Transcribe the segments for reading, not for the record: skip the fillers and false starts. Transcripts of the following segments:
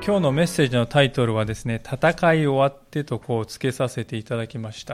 今日のメッセージのタイトルはですね、戦い終わってと付けさせていただきました。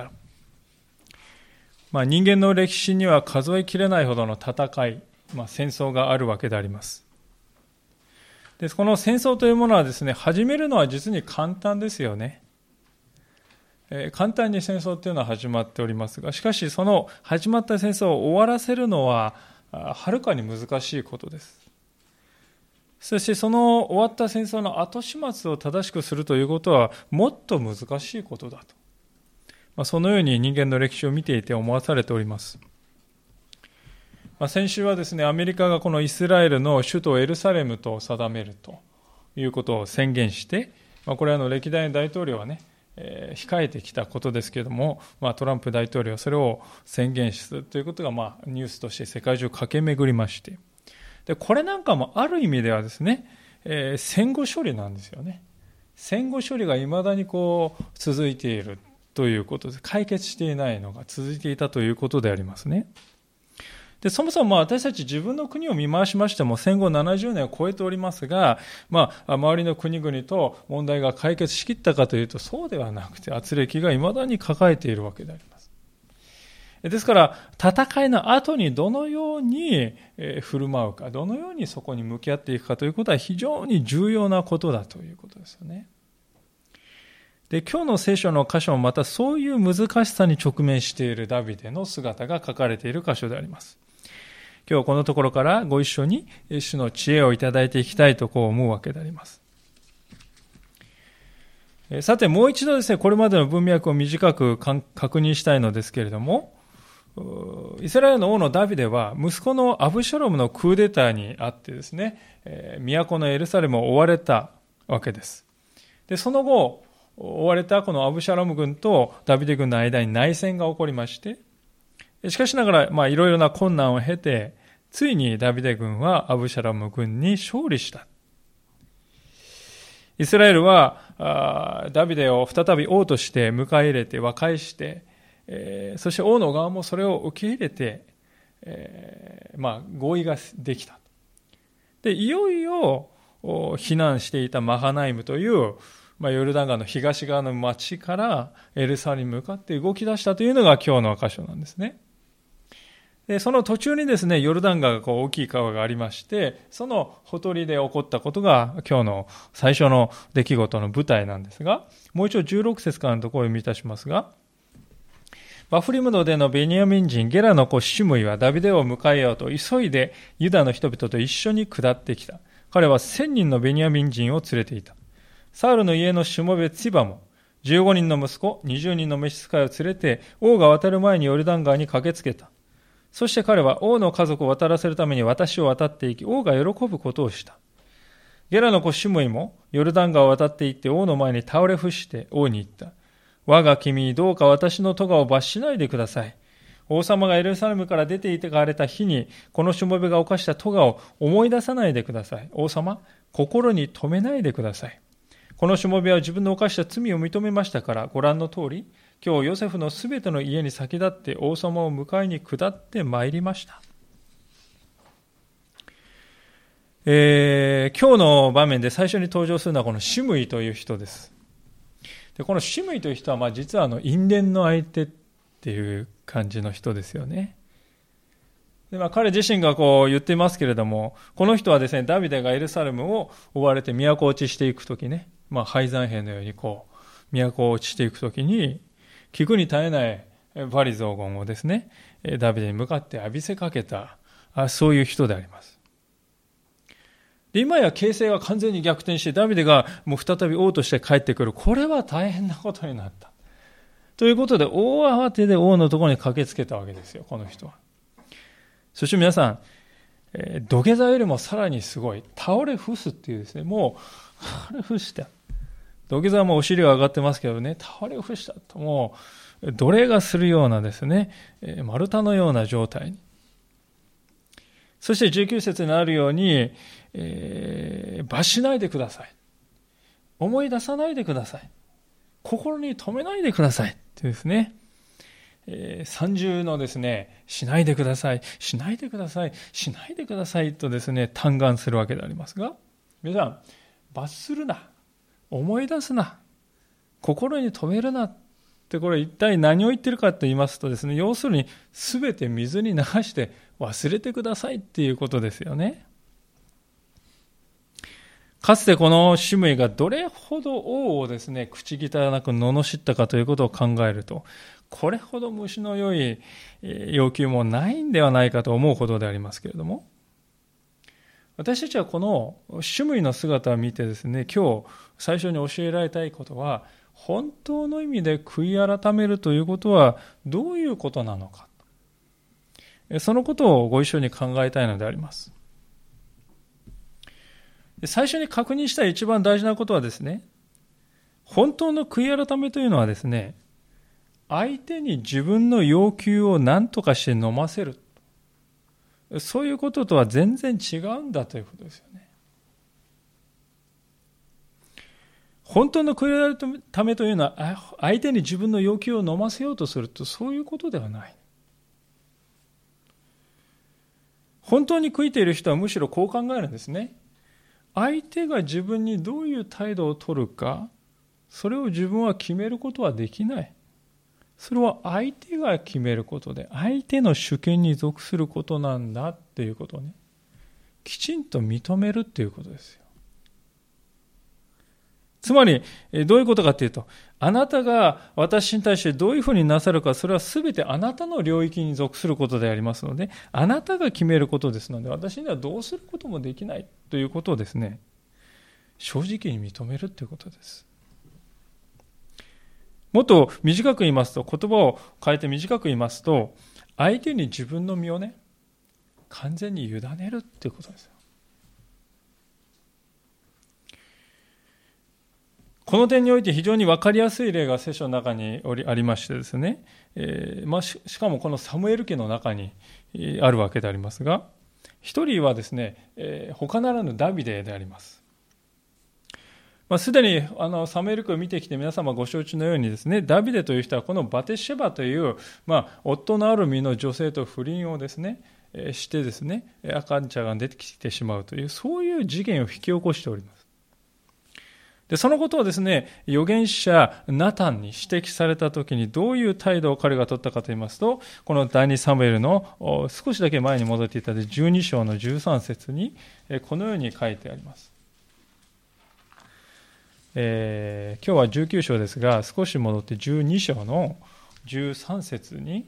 人間の歴史には数えきれないほどの戦い、戦争があるわけであります。で、この戦争というものはですね、始めるのは実に簡単ですよね。簡単に戦争というのは始まっておりますが、しかしその始まった戦争を終わらせるのははるかに難しいことです。そしてその終わった戦争の後始末を正しくするということはもっと難しいことだと、そのように人間の歴史を見ていて思わされております。先週はですね、アメリカがこのイスラエルの首都エルサレムと定めるということを宣言して、これは歴代の大統領はね、控えてきたことですけれども、トランプ大統領はそれを宣言するということがニュースとして世界中駆け巡りまして、でこれなんかもある意味ではですね、戦後処理なんですよね。戦後処理がいまだに続いているということで、解決していないのが続いていたということでありますね。でそもそも私たち自分の国を見回しましても戦後70年を超えておりますが、周りの国々と問題が解決しきったかというとそうではなくて、軋轢がいまだに抱えているわけであります。ですから戦いの後にどのように振る舞うか、どのようにそこに向き合っていくかということは非常に重要なことだということですよね。で今日の聖書の箇所もまたそういう難しさに直面しているダビデの姿が書かれている箇所であります。今日はこのところからご一緒に主の知恵をいただいていきたいと思うわけであります。さてもう一度ですね、これまでの文脈を短く確認したいのですけれども、イスラエルの王のダビデは息子のアブシャロムのクーデターにあってですね、都のエルサレムを追われたわけです。でその後追われたこのアブシャロム軍とダビデ軍の間に内戦が起こりまして、しかしながらいろいろな困難を経てついにダビデ軍はアブシャロム軍に勝利した。イスラエルはダビデを再び王として迎え入れて和解して、そして王の側もそれを受け入れて、合意ができた。でいよいよ避難していたマハナイムという、ヨルダン川の東側の町からエルサレムに向かって動き出したというのが今日の箇所なんですね。でその途中にですね、ヨルダン川が大きい川がありまして、そのほとりで起こったことが今日の最初の出来事の舞台なんですが、もう一度16節からのところを読みいたしますが、バフリムドでのベニヤミン人ゲラの子シムイはダビデを迎えようと急いでユダの人々と一緒に下ってきた。彼は1000人のベニヤミン人を連れていた。サウルの家のしもべツィバも15人の息子20人の召使いを連れて王が渡る前にヨルダン川に駆けつけた。そして彼は王の家族を渡らせるために私を渡っていき、王が喜ぶことをした。ゲラの子シムイもヨルダン川を渡っていって王の前に倒れ伏して王に言った。我が君、どうか私の咎を罰しないでください。王様がエルサレムから出て行かれた日に、このしもべが犯した咎を思い出さないでください。王様、心に留めないでください。このしもべは自分の犯した罪を認めましたから、ご覧の通り、今日ヨセフのすべての家に先立って王様を迎えに下ってまいりました。今日の場面で最初に登場するのはこのシムイという人です。でこのシムイという人は実は因縁の相手っていう感じの人ですよね。で彼自身が言っていますけれども、この人はですね、ダビデがエルサレムを追われて都落ちしていくときね、敗残兵のように都落ちしていくときに聞くに耐えない罵詈雑言をですね、ダビデに向かって浴びせかけた、そういう人であります。で今や形勢が完全に逆転してダビデがもう再び王として帰ってくる。これは大変なことになったということで、大慌てで王のところに駆けつけたわけですよ、この人は。そして皆さん、土下座よりもさらにすごい倒れ伏すっていうですね、もう倒れ伏した。土下座はもうお尻が上がってますけどね、倒れ伏したともう奴隷がするようなですね、丸太のような状態に。そして19節にあるように、罰しないでください。思い出さないでください。心に留めないでください。ってですね、三重のですね、しないでください、しないでください、しないでくださいとですね、嘆願するわけでありますが、皆さん、罰するな。 思い出すな、心に留めるなって、これ一体何を言ってるかと言いますとですね、要するに全て水に流して忘れてくださいっていうことですよね。かつてこのシムイがどれほど王をですね、口汚く罵ったかということを考えると、これほど虫の良い要求もないんではないかと思うほどでありますけれども、私たちはこのシムイの姿を見てですね、今日最初に教えられたいことは、本当の意味で悔い改めるということはどういうことなのか、そのことをご一緒に考えたいのであります。最初に確認した一番大事なことはですね、本当の悔い改めというのはですね、相手に自分の要求を何とかして飲ませる、そういうこととは全然違うんだということですよね。本当の悔い改めというのは、相手に自分の要求を飲ませようとすると、そういうことではない。本当に悔いている人はむしろこう考えるんですね。相手が自分にどういう態度を取るか、それを自分は決めることはできない。それは相手が決めることで、相手の主権に属することなんだっていうことをね、きちんと認めるっていうことですよ。つまり、どういうことかというと、あなたが私に対してどういうふうになさるか、それは全てあなたの領域に属することでありますので、あなたが決めることですので、私にはどうすることもできないということをですね、正直に認めるということです。もっと短く言いますと、言葉を変えて短く言いますと、相手に自分の身をね、完全に委ねるということですよ。この点において非常に分かりやすい例が聖書の中にありましてですね、しかもこのサムエル記の中にあるわけでありますが、一人はですね、他ならぬダビデであります。すでにサムエル記を見てきて皆様ご承知のようにですね、ダビデという人はこのバテシェバという、夫のある身の女性と不倫をですね、してですね、赤ちゃんが出てきてしまうという、そういう事件を引き起こしております。でそのことをですね、預言者ナタンに指摘されたときにどういう態度を彼が取ったかといいますと、この第2サムエルの少しだけ前に戻っていただいて12章の13節にこのように書いてあります。今日は19章ですが、少し戻って12章の13節に、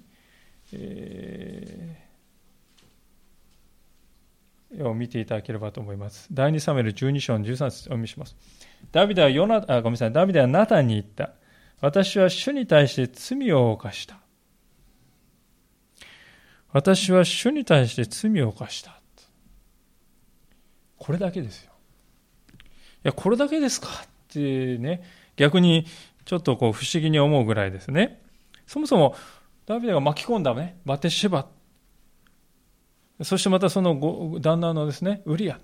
を見ていただければと思います。第2サムエル12章の13節をお読みします。ダビデはナタンに言った。私は主に対して罪を犯した。私は主に対して罪を犯した。これだけですよ。いや、これだけですかってね、逆にちょっと不思議に思うぐらいですね。そもそもダビデが巻き込んだね、バテシェバ、そしてまたその旦那のですね、ウリア、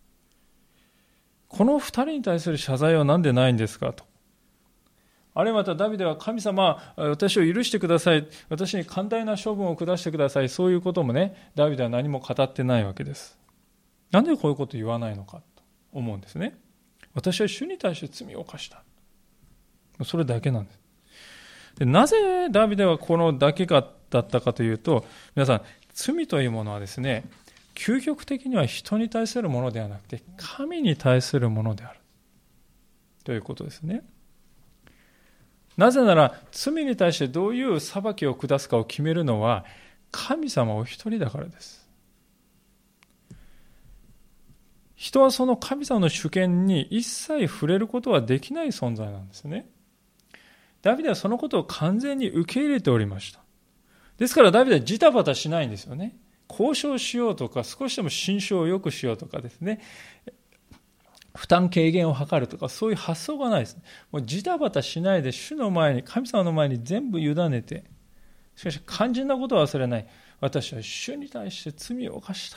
この二人に対する謝罪は何でないんですかと。あるいはまたダビデは神様、私を許してください、私に寛大な処分を下してください、そういうこともね、ダビデは何も語ってないわけです。なんでこういうことを言わないのかと思うんですね。私は主に対して罪を犯した。それだけなんです。でなぜダビデはこのだけだったかというと、皆さん、罪というものはですね、究極的には人に対するものではなくて神に対するものであるということですね。なぜなら罪に対してどういう裁きを下すかを決めるのは神様お一人だからです。人はその神様の主権に一切触れることはできない存在なんですね。ダビデはそのことを完全に受け入れておりました。ですからダビデはジタバタしないんですよね。交渉しようとか、少しでも心象を良くしようとかですね、負担軽減を図るとか、そういう発想がないです。もうジタバタしないで主の前に、神様の前に全部委ねて、しかし肝心なことは忘れない。私は主に対して罪を犯した。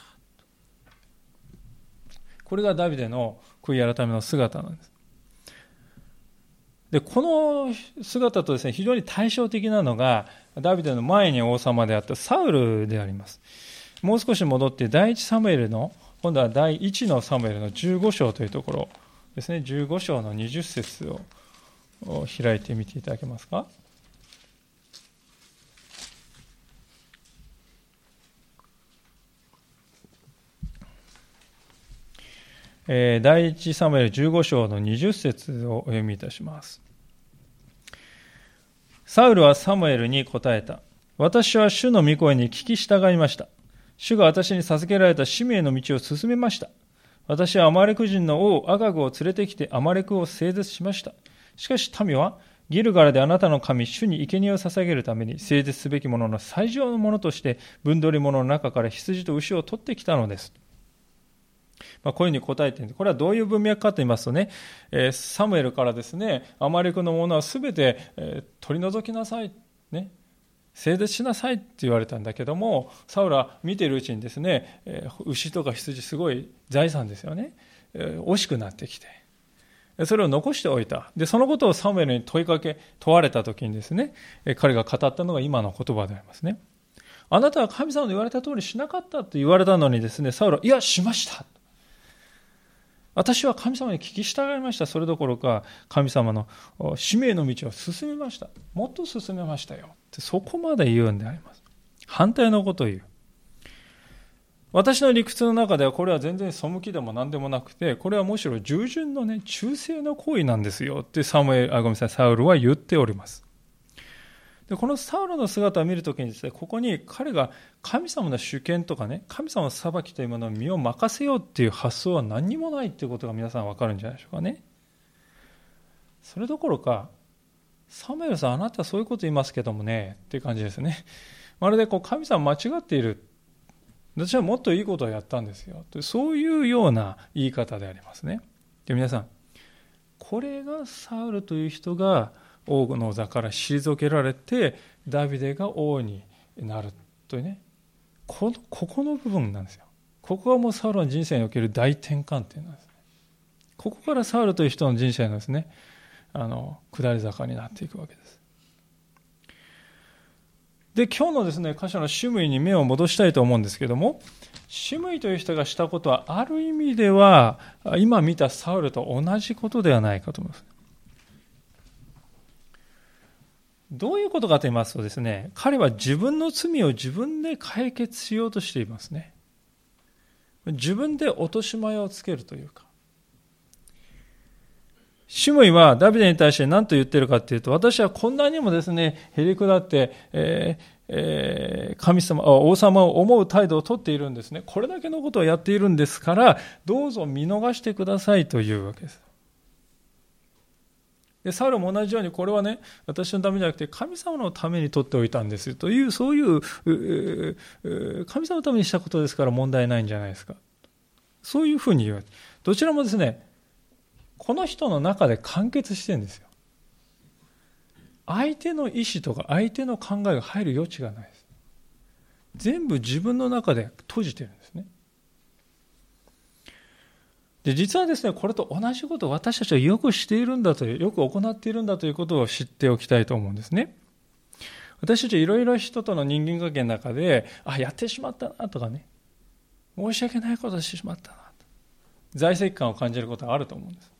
これがダビデの悔い改めの姿なんです。で、この姿とですね、非常に対照的なのが、ダビデの前に王様であったサウルであります。もう少し戻って、第1サムエルの、今度は第1のサムエルの15章というところですね、15章の20節を開いてみていただけますか。第一サムエル15章の20節をお読みいたします。サウルはサムエルに答えた。私は主の御声に聞き従いました。主が私に授けられた使命の道を進めました。私はアマレク人の王アガグを連れてきてアマレクを整絶しました。しかし民はギルガラであなたの神主に生贄を捧げるために整絶すべきものの最上のものとして分取り物の中から羊と牛を取ってきたのです。こういうふうに答えているんです。これはどういう文脈かと言いますとね、サムエルからですね、アマレクのものはすべて取り除きなさい、ね、整絶しなさいって言われたんだけども、サウルは見ているうちにですね、牛とか羊すごい財産ですよね、惜しくなってきて、それを残しておいた。で、そのことをサムエルに問われたときにですね、彼が語ったのが今の言葉でありますね。あなたは神様の言われた通りしなかったと言われたのにですね、サウルは、いや、しました。私は神様に聞き従いました。それどころか、神様の使命の道を進めました。もっと進めましたよ。ってそこまで言うんであります。反対のことを言う。私の理屈の中ではこれは全然背きでも何でもなくて、これはむしろ従順のね、忠誠の行為なんですよってサウルは言っております。でこのサウルの姿を見るときにですね、ここに彼が神様の主権とかね、神様の裁きというものを身を任せようっていう発想は何にもないっていうことが皆さん分かるんじゃないでしょうかね。それどころか、サムエルさんあなたはそういうこと言いますけどもねっていう感じですね。まるで神様間違っている。私はもっといいことをやったんですよ。そういうような言い方でありますね。で皆さん、これがサウルという人が王の座から退けられてダビデが王になるというね、ここの部分なんですよ。ここがもうサウルの人生における大転換点なんですね。ここからサウルという人の人生のですね、下り坂になっていくわけです。で今日のですね、箇所のシムイに目を戻したいと思うんですけども、シムイという人がしたことはある意味では今見たサウルと同じことではないかと思います。どういうことかと言いますとですね、彼は自分の罪を自分で解決しようとしていますね。自分で落とし前をつけるというか、シムイはダビデに対して何と言っているかというと、私はこんなにもですね、へりくだって、神様、王様を思う態度をとっているんですね。これだけのことをやっているんですから、どうぞ見逃してくださいというわけです。でサウルも同じように、これはね、私のためじゃなくて神様のために取っておいたんですという、そういう神様のためにしたことですから問題ないんじゃないですか、そういうふうに言う。どちらもですね、この人の中で完結してるんですよ。相手の意思とか相手の考えが入る余地がないです。全部自分の中で閉じてるんですね。で実はですね、これと同じことを私たちはよくしているんだという、よく行っているんだということを知っておきたいと思うんですね。私たちはいろいろ人との人間関係の中で、やってしまったなとかね、申し訳ないことをしてしまったなと、在籍感を感じることがあると思うんです。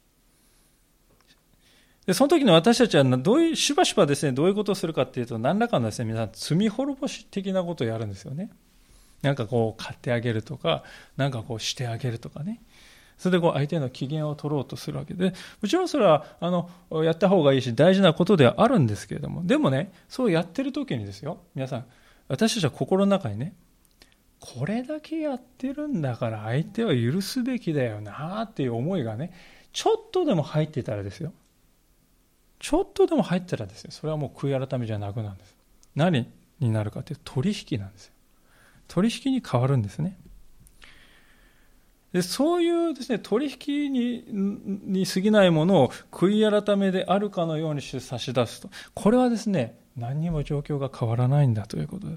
でその時に私たちはしばしばですね、どういうことをするかっていうと、何らかのですね、皆さん罪滅ぼし的なことをやるんですよね。なんか買ってあげるとか、なんかしてあげるとかね。それで相手の機嫌を取ろうとするわけで、もちろんそれはやった方がいいし大事なことではあるんですけれども、でもね、そうやってる時にですよ、皆さん、私たちは心の中にね、これだけやってるんだから相手は許すべきだよなっていう思いがね、ちょっとでも入ってたらですよ、ちょっとでも入ったらですよ、それはもう悔い改めじゃなくなるんです。何になるかというと、取引なんですよ。取引に変わるんですね。でそういうですね、取引に過ぎないものを悔い改めであるかのようにして差し出すと、これはですね、何にも状況が変わらないんだということです。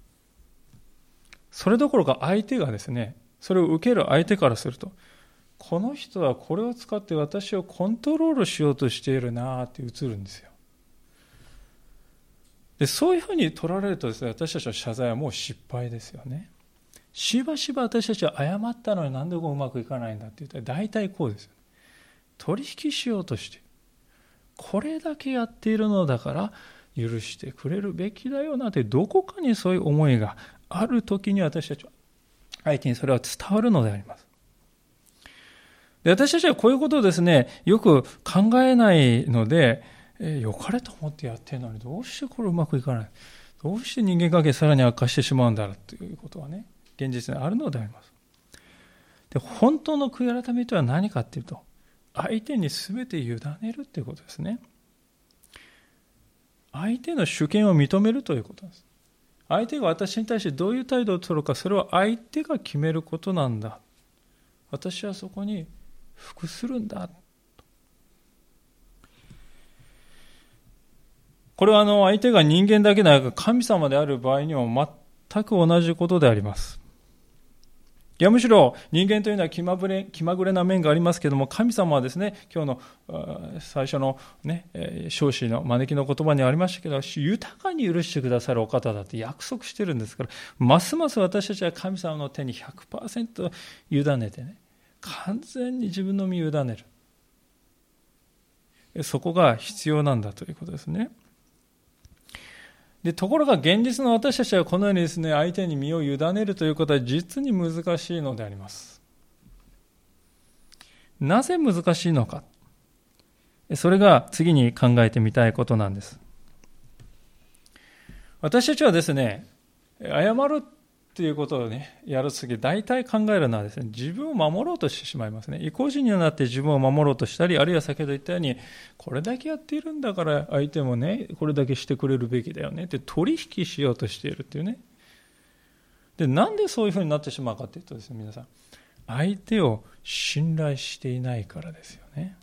それどころか相手がですね、それを受ける相手からすると、この人はこれを使って私をコントロールしようとしているなって映るんですよ。でそういうふうに取られるとですね、私たちの謝罪はもう失敗ですよね。しばしば私たちは謝ったのになんでうまくいかないんだって言ったら大体こうですよ。 取引しようとしている。これだけやっているのだから許してくれるべきだよなという、どこかにそういう思いがあるときに、私たちは相手にそれは伝わるのであります。で、私たちはこういうことをですね、よく考えないので、良かれと思ってやってるのにどうしてこれうまくいかない、どうして人間関係さらに悪化してしまうんだろうということはね、現実にあるのであります。で、本当の悔い改めとは何かというと、相手に全て委ねるということですね。相手の主権を認めるということです。相手が私に対してどういう態度を取るか、それは相手が決めることなんだ。私はそこに服するんだ。これは相手が人間だけでなく神様である場合にも全く同じことであります。いや、むしろ人間というのは気まぐれな面がありますけれども、神様はですね、今日の最初のね、召使の招きの言葉にありましたけど、豊かに許してくださるお方だって約束してるんですから、ますます私たちは神様の手に 100% 委ねてね、完全に自分の身を委ねる。そこが必要なんだということですね。で、ところが現実の私たちはこのようにですね、相手に身を委ねるということは実に難しいのであります。なぜ難しいのか。それが次に考えてみたいことなんです。私たちはですね、謝るということをね、やるとき大体考えるのはですね、自分を守ろうとしてしまいますね。意固地になって自分を守ろうとしたり、あるいは先ほど言ったように、これだけやっているんだから相手もね、これだけしてくれるべきだよねって取引しようとしているっていうね。で、なんでそういうふうになってしまうかというとですね、皆さん、相手を信頼していないからですよね。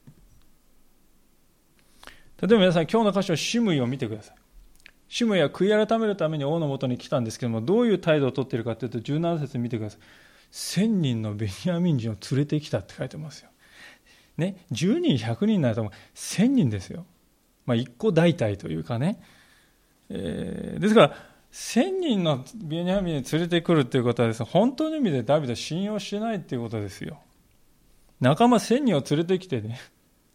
例えば皆さん、今日の箇所のシムイを見てください。シムイは悔い改めるために王のもとに来たんですけども、どういう態度をとっているかというと、17節見てください。1000人のベニヤミン人を連れてきたって書いてますよ。ね、10人、100人になると1000人ですよ。一個大隊というかね。ですから、1000人のベニヤミン人を連れてくるということはですね、本当の意味でダビデを信用してないということですよ。仲間1000人を連れてきてね、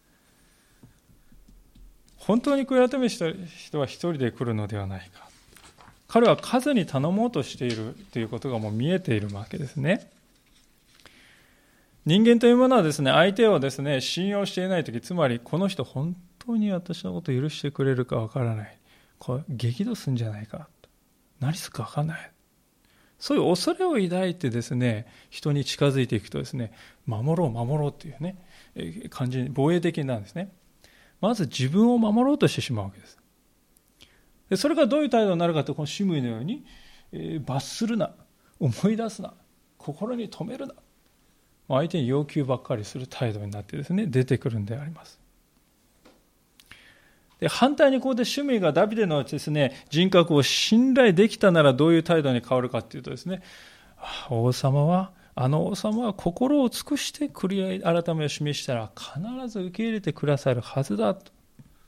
本当に悔い改めした人は一人で来るのではないか。彼は数に頼もうとしているということがもう見えているわけですね。人間というものはですね、相手をですね、信用していないとき、つまりこの人本当に私のことを許してくれるかわからない。これ激怒するんじゃないか。何するかわからない。そういう恐れを抱いてですね、人に近づいていくとですね、守ろうというね、感じに防衛的なんですね。まず自分を守ろうとしてしまうわけです。でそれがどういう態度になるかと、このシムイのように、罰するな、思い出すな、心に留めるな、相手に要求ばっかりする態度になってですね、出てくるんであります。で反対にここでシムイがダビデのですね、人格を信頼できたならどういう態度に変わるかというとですね、あの王様は心を尽くして悔い改めを示したら必ず受け入れてくださるはずだと、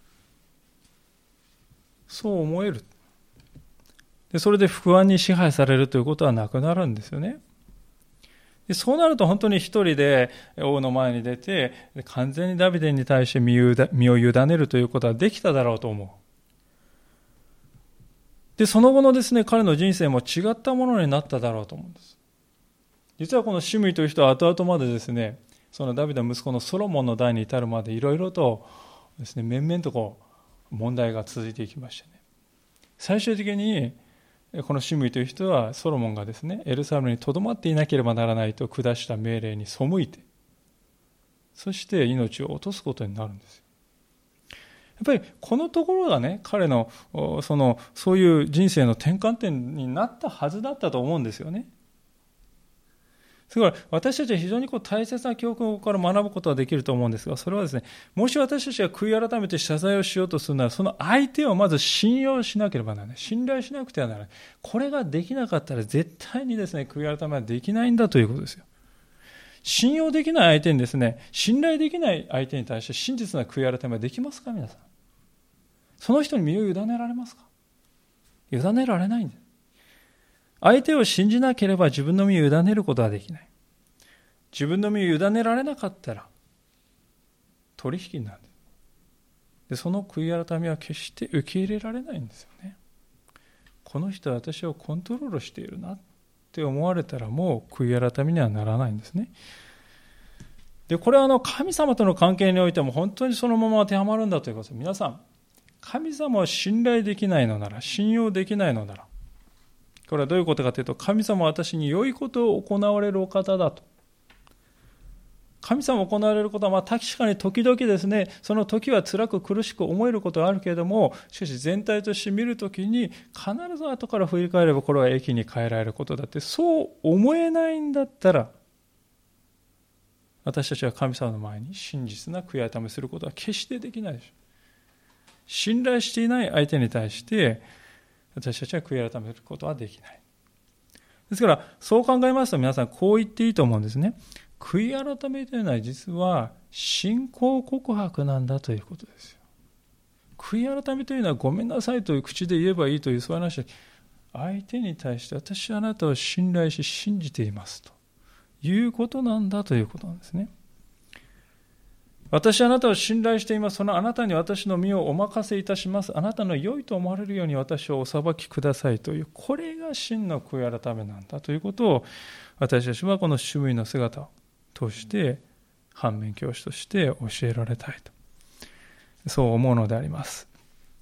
そう思える。でそれで不安に支配されるということはなくなるんですよね。でそうなると本当に一人で王の前に出て完全にダビデに対して身を委ねるということはできただろうと思う。でその後のですね、彼の人生も違ったものになっただろうと思うんです。実はこのシムイという人は後々までですね、そのダビデの息子のソロモンの代に至るまでいろいろとですね、面々と問題が続いていきましてね、最終的にこのシムイという人はソロモンがですね、エルサレムに留まっていなければならないと下した命令に背いて、そして命を落とすことになるんですよ。やっぱりこのところがね、彼のそういう人生の転換点になったはずだったと思うんですよね。だから私たちは非常に大切な教訓から学ぶことができると思うんですが、それはですね、もし私たちが悔い改めて謝罪をしようとするなら、その相手をまず信用しなければならない。信頼しなくてはならない。これができなかったら絶対にですね、悔い改めはできないんだということですよ。信用できない相手にですね、信頼できない相手に対して真実な悔い改めはできますか、皆さん。その人に身を委ねられますか。委ねられないんです。相手を信じなければ自分の身を委ねることはできない。自分の身を委ねられなかったら、 取引なんです。で、その悔い改めは決して受け入れられないんですよね。この人は私をコントロールしているなって思われたら、もう悔い改めにはならないんですね。で、これは神様との関係においても本当にそのまま当てはまるんだということです。皆さん、神様を信頼できないのなら、信用できないのなら、これはどういうことかというと、神様は私に良いことを行われるお方だと。神様が行われることは、確かに時々ですね、その時は辛く苦しく思えることがあるけれども、しかし全体として見るときに、必ず後から振り返ればこれは益に変えられることだって、そう思えないんだったら、私たちは神様の前に真実な悔い改めすることは決してできないでしょう。信頼していない相手に対して、私たちは悔い改めることはできない。ですから、そう考えますと皆さんこう言っていいと思うんですね。悔い改めというのは実は信仰告白なんだということですよ。悔い改めというのはごめんなさいという口で言えばいいというそういう話で、相手に対して私はあなたを信頼し信じていますということなんだということなんですね。私はあなたを信頼しています。そのあなたに私の身をお任せいたします。あなたの良いと思われるように私をお裁きくださいという、これが真の悔い改めなんだということを、私たちはこの主務員の姿を通して反面教師として教えられたいと、そう思うのであります。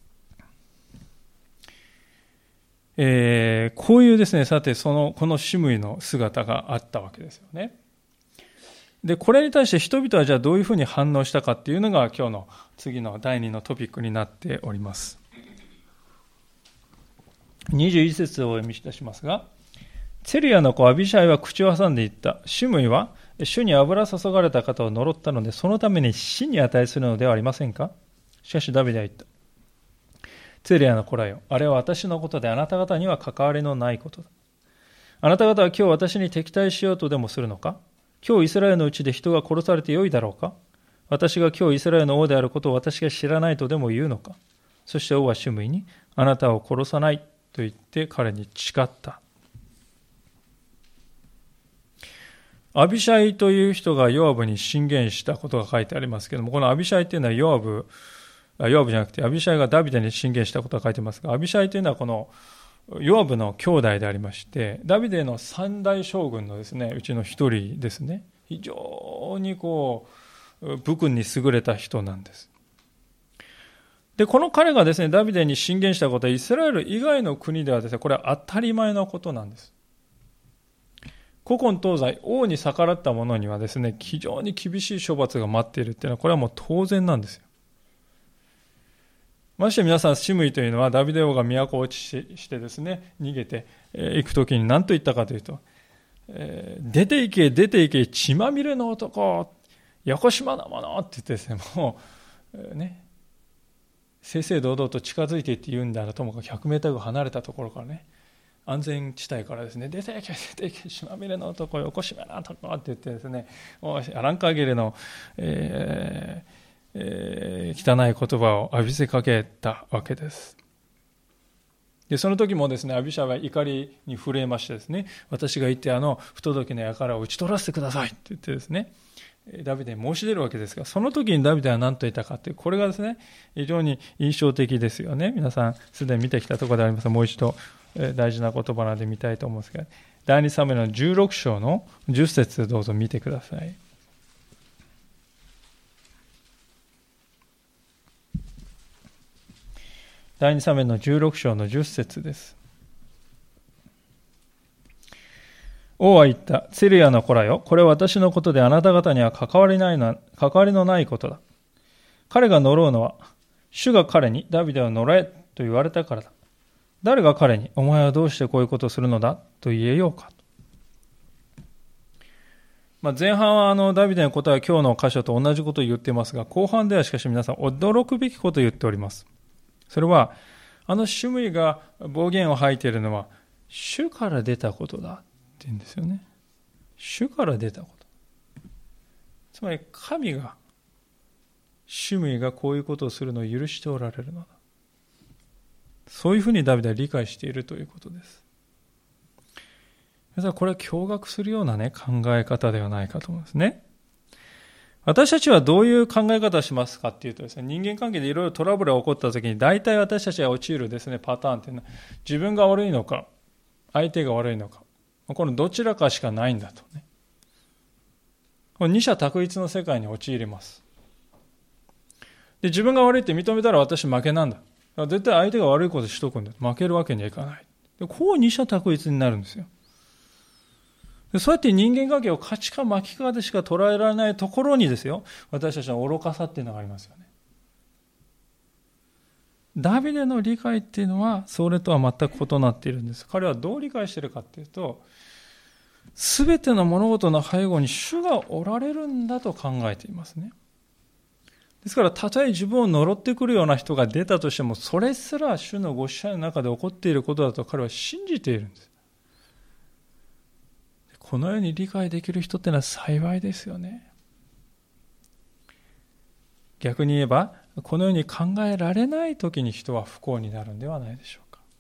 こういうですね、さてこの主務員の姿があったわけですよね。で、これに対して人々はじゃあどういうふうに反応したかっていうのが今日の次の第2のトピックになっております。21節をお読みいたしますが、ツェルヤの子アビシャイは口を挟んで言った。シムイは主に油注がれた方を呪ったので、そのために死に値するのではありませんか。しかしダビデは言った。ツェルヤの子らよ、あれは私のことであなた方には関わりのないことだ。あなた方は今日私に敵対しようとでもするのか。今日イスラエルのうちで人が殺されてよいだろうか。私が今日イスラエルの王であることを私が知らないとでも言うのか。そして王はシムイに、あなたを殺さないと言って彼に誓った。アビシャイという人がヨアブに進言したことが書いてありますけれども、このアビシャイというのはヨアブじゃなくてアビシャイがダビデに進言したことが書いてますが、アビシャイというのはこのヨアブの兄弟でありまして、ダビデの三大将軍のですね、うちの一人ですね。非常に武勲に優れた人なんです。で、この彼がですね、ダビデに進言したことはイスラエル以外の国ではですね、これは当たり前のことなんです。古今東西、王に逆らった者にはですね、非常に厳しい処罰が待っているっていうのは、これはもう当然なんですよ。まして皆さん、シムイというのはダビデ王が都落ちしてですね、逃げていくときに何と言ったかというと、出て行け、出て行け、血まみれの男、よこしまなものって言ってですね、もう、ね、正々堂々と近づいていって言うんであるともかく100メーターぐらい離れたところからね、安全地帯からですね、出て行け、出て行け、血まみれの男、よこしまな男って言ってですね、アランカーゲレの、汚い言葉を浴びせかけたわけです。で、その時もですね、アビシャは怒りに震えましてですね、私が行って不届きな輩を打ち取らせてくださいって言ってですね、ダビデに申し出るわけですが、その時にダビデは何と言ったかっていう、これがですね、非常に印象的ですよね。皆さんすでに見てきたところでありますが、もう一度大事な言葉なので見たいと思うんですが、第2サムエルの16章の10節どうぞ見てください。第2サムエルの16章の10節です。王は言った。ツェルヤの子らよ、これは私のことであなた方には関わりのないことだ。彼が呪うのは、主が彼にダビデを呪えと言われたからだ。誰が彼に、お前はどうしてこういうことをするのだと言えようか。前半はダビデのことは今日の箇所と同じことを言っていますが、後半ではしかし皆さん驚くべきことを言っております。それは、シムイが暴言を吐いているのは、主から出たことだって言うんですよね。主から出たこと。つまり、神が、シムイがこういうことをするのを許しておられるのだ。そういうふうにダビデは理解しているということです。皆さん、これは驚愕するようなね、考え方ではないかと思うんですね。 私たちはどういう考え方をしますかっていうとですね、人間関係でいろいろトラブルが起こったときに、大体私たちが陥るですね、パターンっていうのは、自分が悪いのか、相手が悪いのか、このどちらかしかないんだとね。この二者択一の世界に陥ります。で、自分が悪いって認めたら私負けなんだ。絶対相手が悪いことしとくんだ。負けるわけにはいかない。で、こう二者択一になるんですよ。で、そうやって人間関係を価値観巻き方でしか捉えられないところにですよ、私たちの愚かさっていうのがありますよね。ダビデの理解っていうのはそれとは全く異なっているんです。彼はどう理解しているかっていうと、すべての物事の背後に主がおられるんだと考えていますね。ですから、たとえ自分を呪ってくるような人が出たとしても、それすら主のご支配の中で起こっていることだと彼は信じているんです。このように理解できる人ってのは幸いですよね。逆に言えば、このように考えられないときに人は不幸になるんではないでしょうか。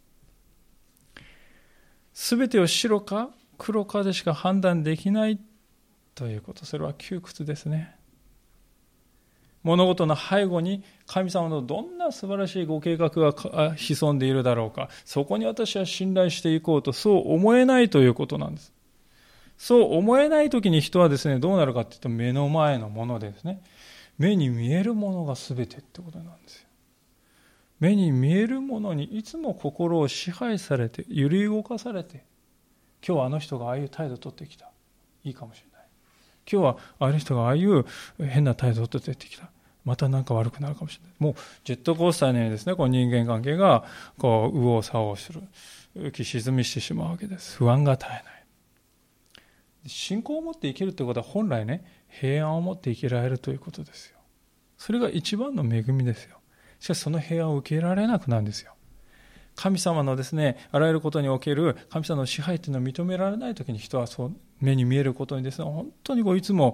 すべてを白か黒かでしか判断できないということ、それは窮屈ですね。物事の背後に神様のどんな素晴らしいご計画が潜んでいるだろうか、そこに私は信頼していこうと、そう思えないということなんです。そう思えないときに人はですね、どうなるかというと、目の前のものでですね、目に見えるものが全てってことなんですよ。目に見えるものにいつも心を支配されて、揺り動かされて、今日はあの人がああいう態度を取ってきた。いいかもしれない。今日はああいう人がああいう変な態度を取ってきた。またなんか悪くなるかもしれない。もうジェットコースターのようにですね、こう人間関係がこう右往左往する。浮き沈みしてしまうわけです。不安が絶えない。信仰を持って生きるということは本来ね、平安を持って生きられるということですよ。それが一番の恵みですよ。しかしその平安を受けられなくなるんですよ。神様のですね、あらゆることにおける神様の支配というのを認められないときに人はそう目に見えることにですね、本当にいつも、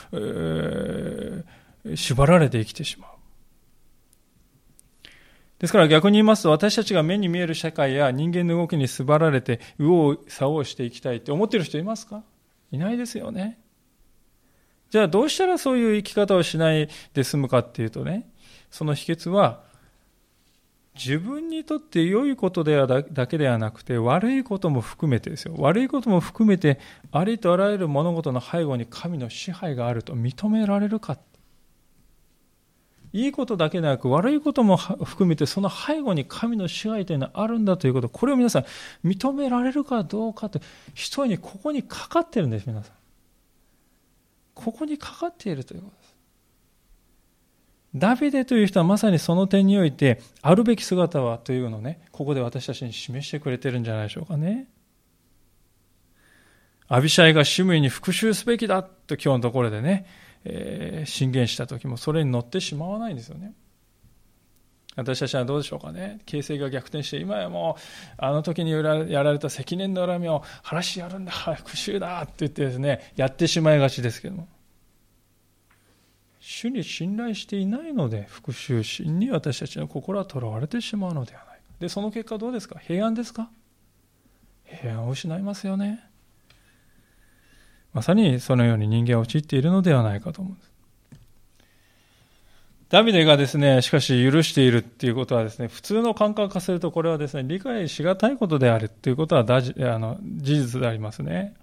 縛られて生きてしまう。ですから逆に言いますと、私たちが目に見える社会や人間の動きに縛られて右往左往していきたいって思っている人いますか？いないですよね。じゃあどうしたらそういう生き方をしないで済むかっていうとね、その秘訣は自分にとって良いことだけではなくて、悪いことも含めてですよ。悪いことも含めて、ありとあらゆる物事の背後に神の支配があると認められるか。いいことだけでなく悪いことも含めて、その背後に神の支配というのはあるんだということ、これを皆さん認められるかどうかと、一重にここにかかっているんです、皆さん。ここにかかっているということです。ダビデという人はまさにその点において、あるべき姿はというのをね、ここで私たちに示してくれているんじゃないでしょうかね。アビシャイがシムイに復讐すべきだと今日のところでね、進言した時もそれに乗ってしまわないんですよね。私たちはどうでしょうかね。形勢が逆転して、今はもうあの時にやられた積年の恨みを晴らしてやるんだ、復讐だって言ってですね、やってしまいがちですけども、主に信頼していないので、復讐心に私たちの心はとらわれてしまうのではないか。で、その結果どうですか？平安ですか？平安を失いますよね。まさにそのように人間は陥っているのではないかと思うんです。ダビデがですね、しかし許しているっていうことはですね、普通の感覚化するとこれはですね、理解しがたいことであるということは事実でありますね。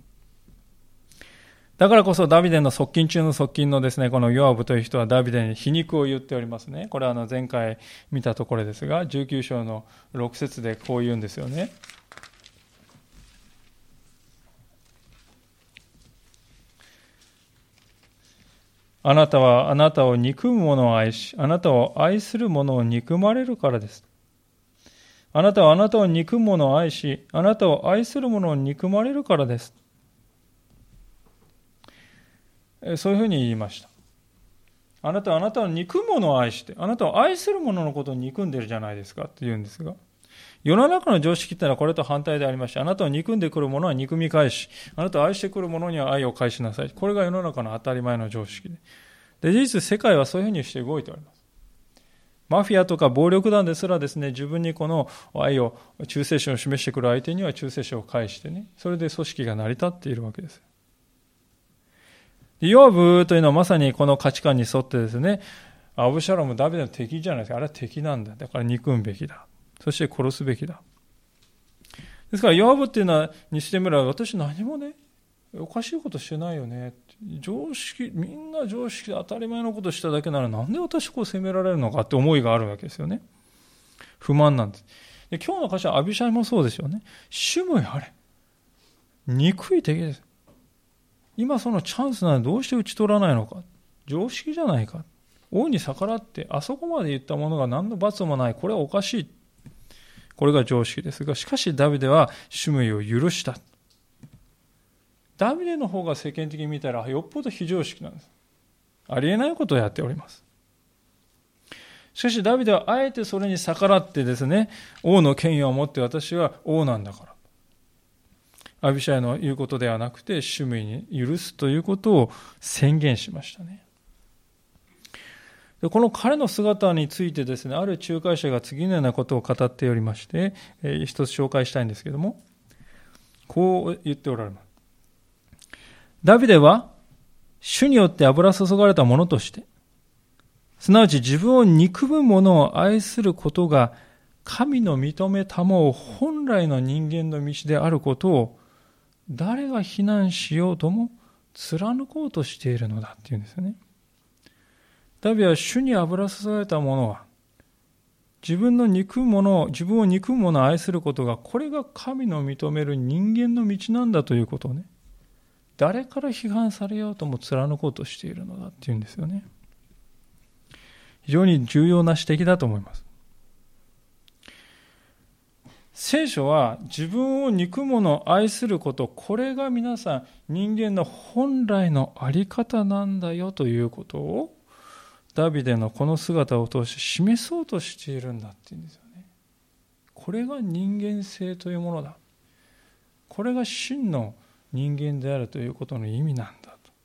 だからこそダビデの側近中の側近のですね、このヨアブという人はダビデに皮肉を言っておりますね。これは前回見たところですが、19章の6節でこう言うんですよね。あなたはあなたを憎む者を愛し、あなたを愛する者を憎まれるからです。あなたはあなたを憎む者を愛し、あなたを愛する者を憎まれるからです。そういうふうに言いました。あなたはあなたを憎む者を愛して、あなたを愛する者のことを憎んでいるじゃないですかって言うんですが、世の中の常識ってのはこれと反対でありまして、あなたを憎んでくる者は憎み返し、あなたを愛してくる者には愛を返しなさい。これが世の中の当たり前の常識で、事実世界はそういうふうにして動いております。マフィアとか暴力団ですらですね、自分にこの愛を、忠誠心を示してくる相手には忠誠心を返してね、それで組織が成り立っているわけです。 ヨアブというのはまさにこの価値観に沿ってですね、アブシャロム、ダビデの敵じゃないですか。あれは敵なんだ。だから憎むべきだ。そして殺すべきだ。ですから、ヨアブっていうのは、にしてみれば、私何もね、おかしいことしてないよね。常識、みんな常識で当たり前のことしただけなら、なんで私こう責められるのかって思いがあるわけですよね。不満なんです。で、今日の箇所はアビシャイもそうですよね。主もやれ。憎い敵です。今そのチャンスなのにどうして打ち取らないのか。常識じゃないか。王に逆らって、あそこまで言ったものが何の罰もない。これはおかしい。これが常識ですが、しかしダビデはシムイを許した。ダビデの方が世間的に見たらよっぽど非常識なんです。ありえないことをやっております。しかしダビデはあえてそれに逆らってですね、王の権威を持って私は王なんだから。アビシャイの言うことではなくて、シムイに許すということを宣言しましたね。でこの彼の姿についてですね、ある仲介者が次のようなことを語っておりまして、一つ紹介したいんですけれども、こう言っておられます。ダビデは主によって油注がれたものとして、すなわち自分を憎む者を愛することが神の認めたもう本来の人間の道であることを誰が非難しようとも貫こうとしているのだっていうんですよね。ダビデは主に油注がれた者は自分を憎む者を愛することが、これが神の認める人間の道なんだということをね、誰から批判されようとも貫こうとしているのだっていうんですよね。非常に重要な指摘だと思います。聖書は自分を憎む者を愛すること、これが皆さん人間の本来のあり方なんだよということをダビデのこの姿を通して示そうとしているんだっていうんですよね。これが人間性というものだ。これが真の人間であるということの意味なんだと。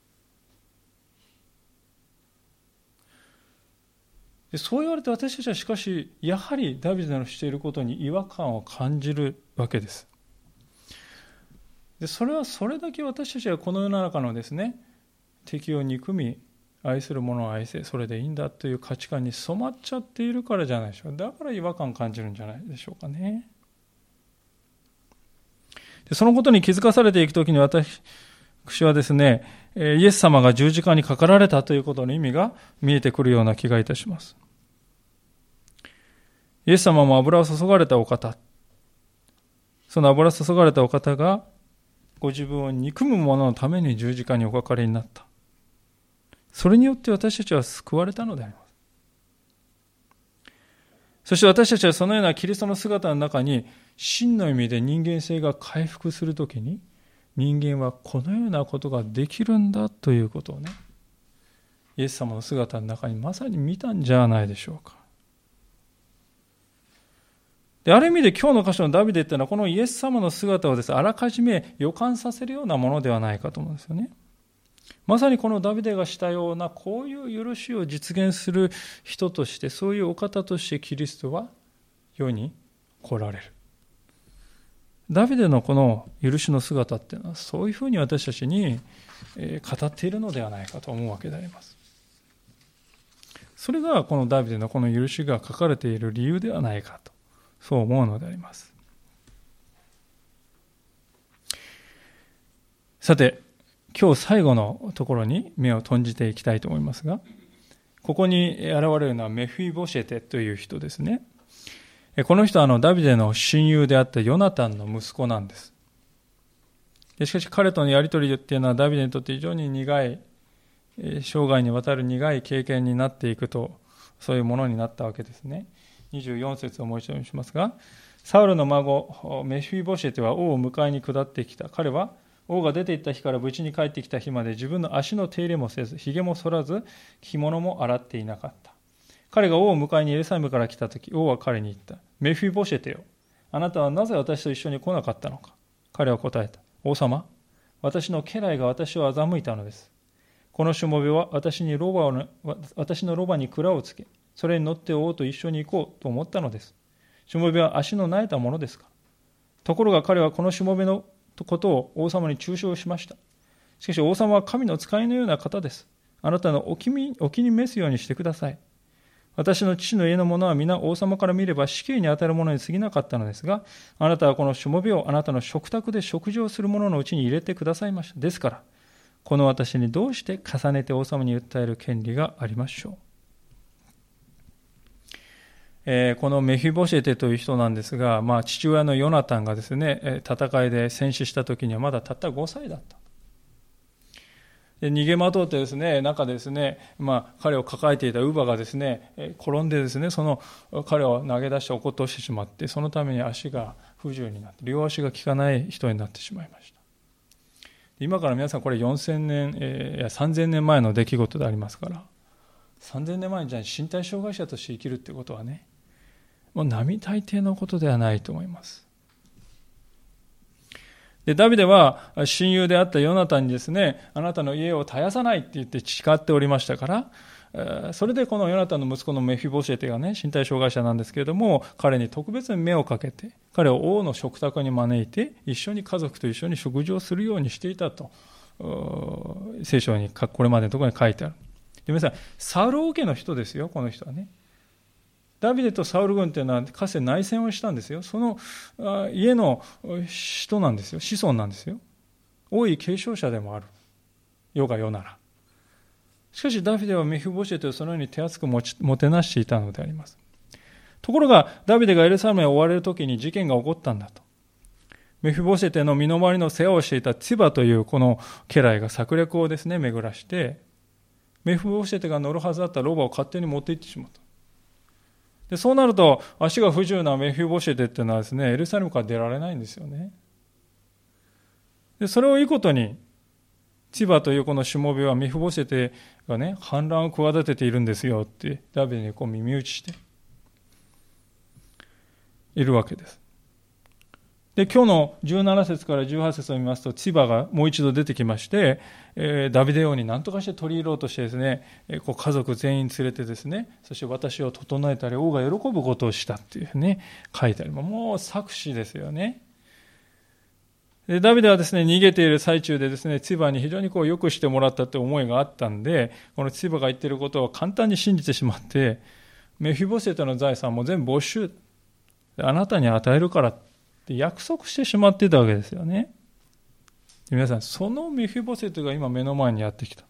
でそう言われて私たちはしかしやはりダビデのしていることに違和感を感じるわけです。でそれはそれだけ私たちはこの世の中のですね、敵を憎み愛する者を愛せ、それでいいんだという価値観に染まっちゃっているからじゃないでしょうか。だから違和感感じるんじゃないでしょうかね。でそのことに気づかされていくときに私はですね、イエス様が十字架にかかられたということの意味が見えてくるような気がいたします。イエス様も油を注がれたお方、その油注がれたお方がご自分を憎む者のために十字架におかかりになった。それによって私たちは救われたのであります。そして私たちはそのようなキリストの姿の中に真の意味で人間性が回復するときに、人間はこのようなことができるんだということをね、イエス様の姿の中にまさに見たんじゃないでしょうか。である意味で今日の箇所のダビデというのはこのイエス様の姿をですね、あらかじめ予感させるようなものではないかと思うんですよね。まさにこのダビデがしたようなこういう許しを実現する人として、そういうお方としてキリストは世に来られる。ダビデのこの許しの姿っていうのはそういうふうに私たちに語っているのではないかと思うわけであります。それがこのダビデのこの許しが書かれている理由ではないかと、そう思うのであります。さて、今日最後のところに目を頓じていきたいと思いますが、ここに現れるのはメフィボシェテという人ですね。この人はダビデの親友であったヨナタンの息子なんです。しかし彼とのやり取りっていうのはダビデにとって非常に苦い、生涯にわたる苦い経験になっていくと、そういうものになったわけですね。24節をもう一度見しますが、サウルの孫メフィボシェテは王を迎えに下ってきた。彼は王が出て行った日から無事に帰ってきた日まで自分の足の手入れもせず、ひげも剃らず、着物も洗っていなかった。彼が王を迎えにエルサレムから来たとき、王は彼に言った。メフィボシェテよ、あなたはなぜ私と一緒に来なかったのか。彼は答えた。王様、私の家来が私を欺いたのです。このしもべは私のロバに蔵をつけ、それに乗って王と一緒に行こうと思ったのです。しもべは足の苗えたものですから。ところが彼はこのしもべのことを王様に中傷しました。 しかし王様は神の使いのような方です。あなたのお気に召すようにしてください。私の父の家の者は皆王様から見れば死刑に当たるものに過ぎなかったのですが、あなたはこのしもべをあなたの食卓で食事をする者のうちに入れてくださいました。ですから、この私にどうして重ねて王様に訴える権利がありましょう。このメフィボシェテという人なんですが、父親のヨナタンがですね、戦いで戦死した時にはまだたった5歳だった。で逃げまとってですね、中でですね、彼を抱えていた乳母がですね、転んでですね、その彼を投げ出して落っことしてしまって、そのために足が不自由になって、両足が効かない人になってしまいました。今から皆さんこれ4000年、3000年前の出来事でありますから、3000年前にじゃあ身体障害者として生きるってことはね、もう並大抵のことではないと思います。でダビデは親友であったヨナタンにですね、あなたの家を絶やさないって言って誓っておりましたから、それでこのヨナタンの息子のメフィボシェテがね、身体障害者なんですけれども、彼に特別に目をかけて、彼を王の食卓に招いて、一緒に家族と一緒に食事をするようにしていたと、聖書にこれまでのところに書いてある。で皆さん、サウル王家の人ですよ、この人はね。ダビデとサウル軍というのはかつて内戦をしたんですよ。その家の人なんですよ。子孫なんですよ。王位継承者でもある。世が世なら。しかしダビデはメフィボシェテをそのように手厚くもてなしていたのであります。ところがダビデがエルサレムへ追われるときに事件が起こったんだと。メフィボシェテの身の回りの世話をしていたツバというこの家来が策略をですね、巡らして、メフィボシェテが乗るはずだったロバを勝手に持って行ってしまった。でそうなると足が不自由なメフィボシェテっていうのはですね、エルサレムから出られないんですよね。でそれをいいことにツバというこのしもべはメフィボシェテがね、反乱を企てているんですよってダビデにこう耳打ちしているわけです。で今日の17節から18節を見ますと、ツバがもう一度出てきまして、ダビデ王に何とかして取り入ろうとしてですね、こう家族全員連れてですね、そして私を整えたり王が喜ぶことをしたっていうね、書いてあります。もう作詞ですよね。でダビデはですね、逃げている最中でですね、ツバに非常にこう良くしてもらったという思いがあったんで、このツバが言っていることを簡単に信じてしまって、メフィボシェテの財産も全部没収、あなたに与えるからって約束してしまっていたわけですよね。皆さん、そのメフィボシェテが今目の前にやってきた。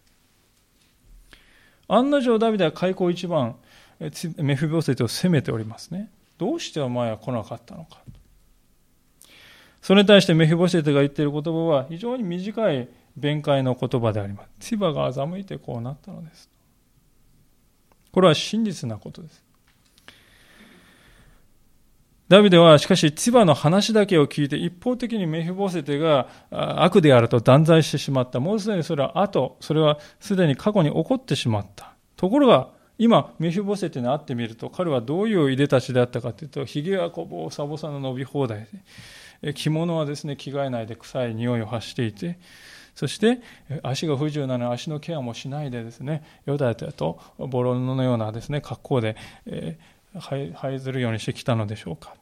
案の定ダビデは開口一番メフィボシェテを責めておりますね。どうしてお前は来なかったのか。それに対してメフィボシェテが言っている言葉は非常に短い弁解の言葉であります。ツバが欺いてこうなったのです。これは真実なことです。ダビデはしかしツバの話だけを聞いて一方的にメフィボシェテが悪であると断罪してしまった。もうすでにそれはすでに過去に起こってしまった。ところが今メフィボシェテに会ってみると、彼はどういういでたちであったかというと、ひげはボサボサの伸び放題で、着物はですね、着替えないで臭い匂いを発していて、そして足が不自由なのに足のケアもしないでですね、よだれとボロ布のようなですね格好で這いずるようにしてきたのでしょうか。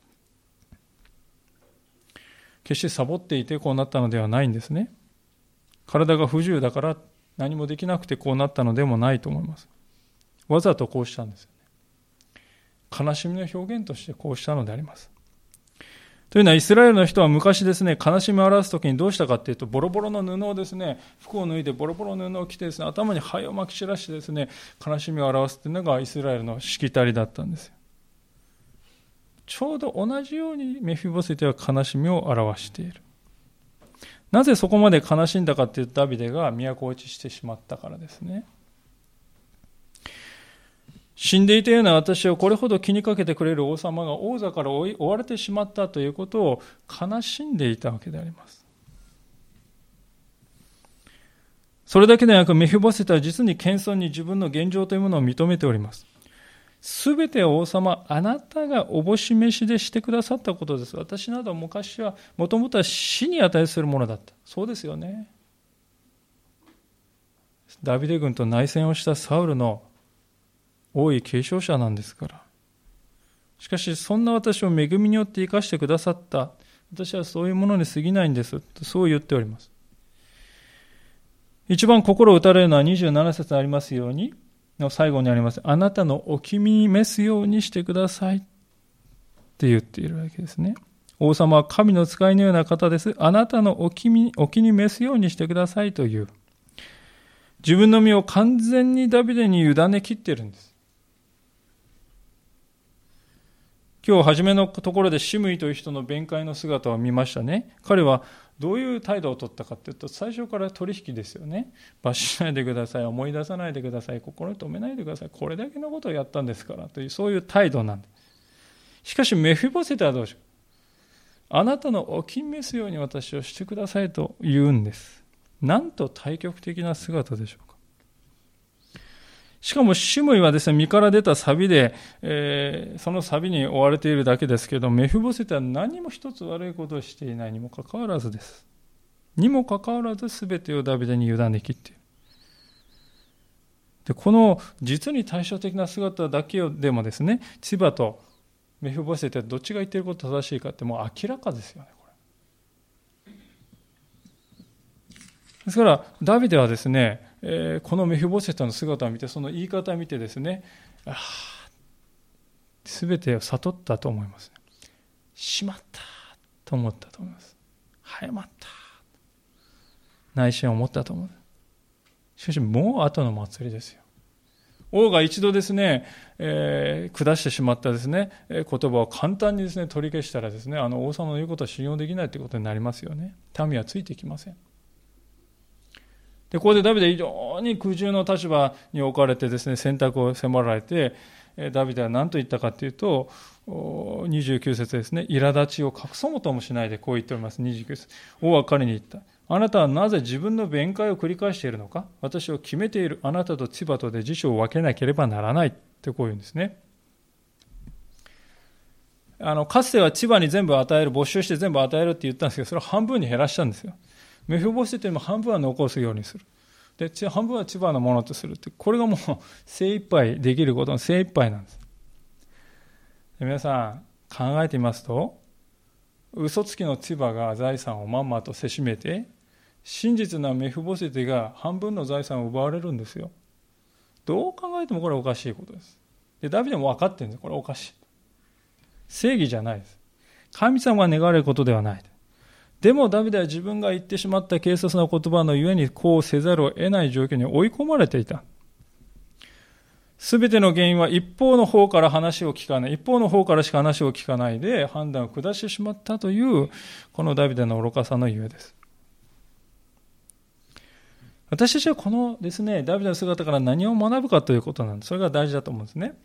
決してサボっていてこうなったのではないんですね。体が不自由だから何もできなくてこうなったのでもないと思います。わざとこうしたんですよね。悲しみの表現としてこうしたのであります。というのは、イスラエルの人は昔ですね、悲しみを表すときにどうしたかというと、ボロボロの布をですね、服を脱いでボロボロの布を着てですね、頭に灰をまき散らしてですね、悲しみを表すというのがイスラエルのしきたりだったんですよ。ちょうど同じようにメフィボシェテは悲しみを表している。なぜそこまで悲しんだかというと、ダビデが都落ちしてしまったからですね。死んでいたような私をこれほど気にかけてくれる王様が王座から追われてしまったということを悲しんでいたわけであります。それだけでなく、メフィボシェテは実に謙遜に自分の現状というものを認めております。すべて王様、あなたがおぼし飯でしてくださったことです。私など昔はもともとは死に値するものだった。そうですよね。ダビデ軍と内戦をしたサウルの王位継承者なんですから。しかしそんな私を恵みによって生かしてくださった。私はそういうものに過ぎないんです。そう言っております。 一番心を打たれるのは27節ありますように、の最後にあります。あなたのお気に召すようにしてくださいって言っているわけですね。王様は神の使いのような方です。あなたのお気に召すようにしてくださいという。自分の身を完全にダビデに委ね切っているんです。今日初めのところでシムイという人の弁解の姿を見ましたね。彼はどういう態度を取ったかというと、最初から取引ですよね。罰しないでください、思い出さないでください、心に留めないでください、これだけのことをやったんですからという、そういう態度なんです。しかしメフィボセテはどうしよう。あなたのお気に召すように私をしてくださいと言うんです。なんと対極的な姿でしょうか。しかもシムイはですね、身から出たサビで、そのサビに追われているだけですけど、メフィボセテは何も一つ悪いことをしていないにもかかわらずです。にもかかわらず全てをダビデに委ねきっている。で、この実に対照的な姿だけでもですね、ツバとメフィボセテはどっちが言っていること正しいかってもう明らかですよね、これ。ですからダビデはですね、このメフィボセテの姿を見て、その言い方を見てですね、全てを悟ったと思います。しまったと思ったと思います。早まった。内心を持ったと思う。しかしもう後の祭りですよ。王が一度ですね、下してしまったですね、言葉を簡単にですね、取り消したらですね、王様の言うことは信用できないということになりますよね。民はついてきません。で、ここでダビデは非常に苦渋の立場に置かれてですね、選択を迫られて、ダビデは何と言ったかというと、29節ですね、苛立ちを隠そうともしないでこう言っております。29節。王は彼に言った。あなたはなぜ自分の弁解を繰り返しているのか。私を決めているあなたとツバとで辞書を分けなければならないってこう言うんですね。かつてはツバに全部与える、没収して全部与えるって言ったんですけど、それを半分に減らしたんですよ。メフィボセテも半分は残すようにする。で、半分はツバのものとするって、これがもう精一杯できることの精一杯なんです。で、皆さん考えてみますと、嘘つきのツバが財産をまんまとせしめて、真実なメフィボセテが半分の財産を奪われるんですよ。どう考えてもこれはおかしいことです。で、ダビデも分かってるんです。これはおかしい。正義じゃないです。神様が願われることではない。でもダビデは自分が言ってしまった軽率な言葉のゆえにこうせざるを得ない状況に追い込まれていた。すべての原因は一方の方から話を聞かない、一方の方からしか話を聞かないで判断を下してしまったというこのダビデの愚かさのゆえです。私たちはこのですね、ダビデの姿から何を学ぶかということなんです。それが大事だと思うんですね。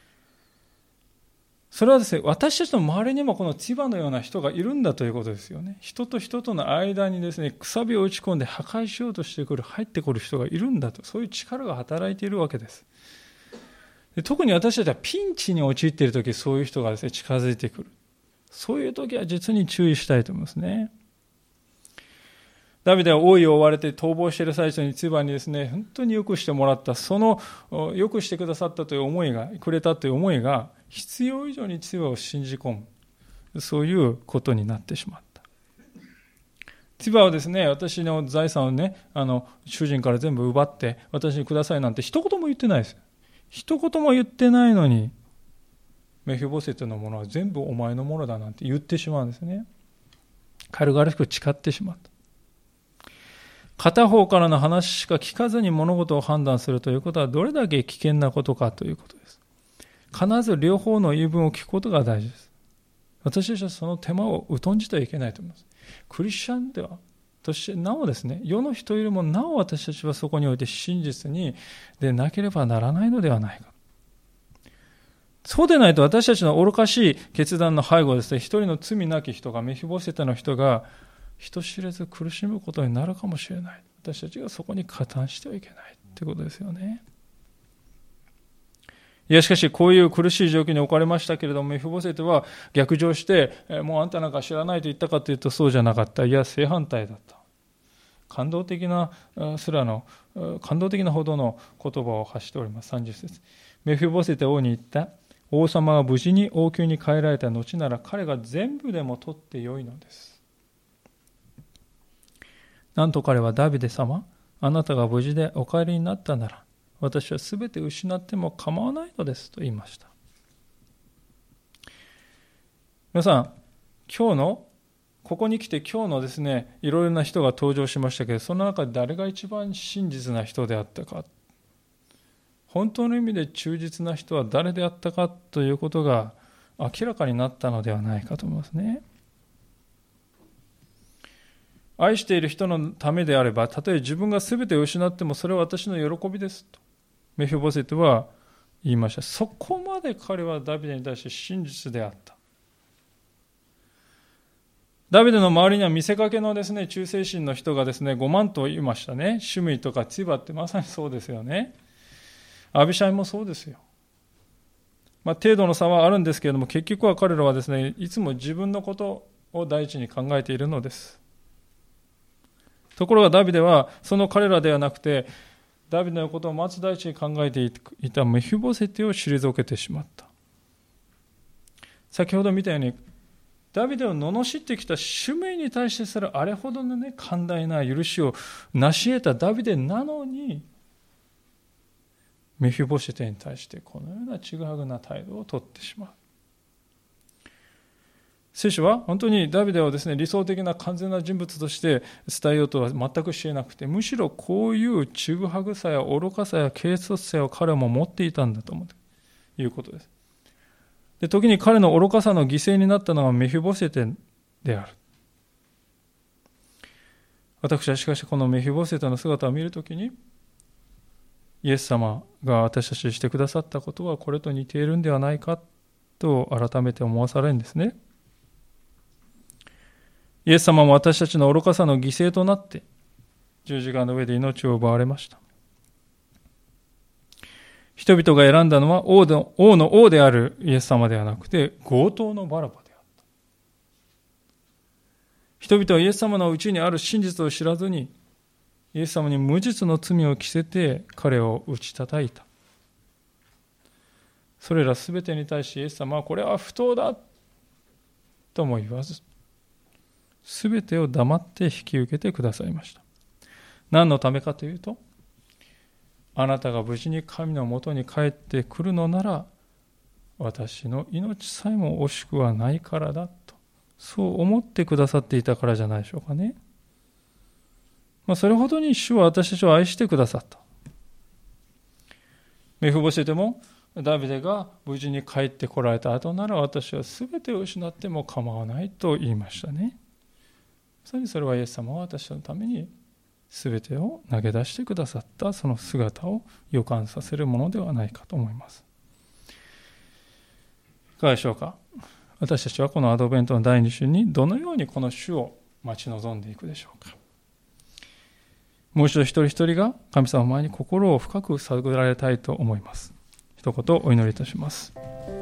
それはですね、私たちの周りにもこのツバのような人がいるんだということですよね。人と人との間にですね、くさびを打ち込んで破壊しようとしてくる、入ってくる人がいるんだと、そういう力が働いているわけです。で、特に私たちはピンチに陥っているとき、そういう人がですね、近づいてくる。そういうときは実に注意したいと思いますね。ダビデは王位を追われて逃亡している最初にツバにですね、本当によくしてもらった、そのよくしてくださったという思いが、くれたという思いが、必要以上にツバを信じ込む。そういうことになってしまった。ツバはですね、私の財産をね、主人から全部奪って、私にくださいなんて一言も言ってないです。一言も言ってないのに、メフィボセテのものは全部お前のものだなんて言ってしまうんですね。軽々しく誓ってしまった。片方からの話しか聞かずに物事を判断するということはどれだけ危険なことかということです。必ず両方の言い分を聞くことが大事です。私たちはその手間を疎んじてはいけないと思います。クリスチャンではとしてなおですね、世の人よりもなお私たちはそこにおいて真実にでなければならないのではないか。そうでないと私たちの愚かしい決断の背後ですね、一人の罪なき人が、メフィボセテの人が人知れず苦しむことになるかもしれない。私たちがそこに加担してはいけないということですよね。いや、しかしこういう苦しい状況に置かれましたけれども、メフィボセテは逆上して、もうあんたなんか知らないと言ったかというとそうじゃなかった。いや、正反対だった。感動的なほどの言葉を発しております。30節。メフィボセテ王に言った。王様が無事に王宮に帰られた後なら彼が全部でも取ってよいのです。なんと彼はダビデ様、 あなたが無事でお帰りになったなら、私はすべて失っても構わないのですと言いました。皆さん、ここに来て今日のですね、いろいろな人が登場しましたけど、その中で誰が一番真実な人であったか、本当の意味で忠実な人は誰であったかということが明らかになったのではないかと思いますね。愛している人のためであれば、たとえ自分が全てを失ってもそれは私の喜びですとメフィボセテは言いました。そこまで彼はダビデに対して真実であった。ダビデの周りには見せかけのですね、忠誠心の人がですね、5万と言いましたね。シムイとかツィバってまさにそうですよね。アビシャイもそうですよ。程度の差はあるんですけれども、結局は彼らはですね、いつも自分のことを第一に考えているのです。ところがダビデはその彼らではなくて、ダビデのことをまず第一に考えていたメフィボセテを退けてしまった。先ほど見たように、ダビデを罵ってきたシムイに対してすらあれほどのね、寛大な許しを成し得たダビデなのに、メフィボシェテに対してこのようなちぐはぐな態度をとってしまう。聖書は本当にダビデをですね、理想的な完全な人物として伝えようとは全くしていなくて、むしろこういうちぐはぐさや愚かさや軽率さを彼も持っていたんだということです。で、時に彼の愚かさの犠牲になったのはメフィボセテである。私はしかしこのメフィボセテの姿を見るときに、イエス様が私たちにしてくださったことはこれと似ているんではないかと改めて思わされるんですね。イエス様も私たちの愚かさの犠牲となって十字架の上で命を奪われました。人々が選んだのは王の王であるイエス様ではなくて強盗のバラバであった。人々はイエス様のうちにある真実を知らずにイエス様に無実の罪を着せて彼を打ち叩いた。それらすべてに対しイエス様はこれは不当だとも言わず、すべてを黙って引き受けてくださいました。何のためかというと、あなたが無事に神のもとに帰ってくるのなら、私の命さえも惜しくはないからだと、そう思ってくださっていたからじゃないでしょうかね。それほどに主は私たちを愛してくださった。メフィボシェテもダビデが無事に帰ってこられた後なら私は全てを失っても構わないと言いましたね。それはイエス様は私のために全てを投げ出してくださったその姿を予感させるものではないかと思います。いかがでしょうか。私たちはこのアドベントの第2週にどのようにこの主を待ち望んでいくでしょうか。もう一度一人一人が神様の前に心を深く探られたいと思います。一言お祈りいたします。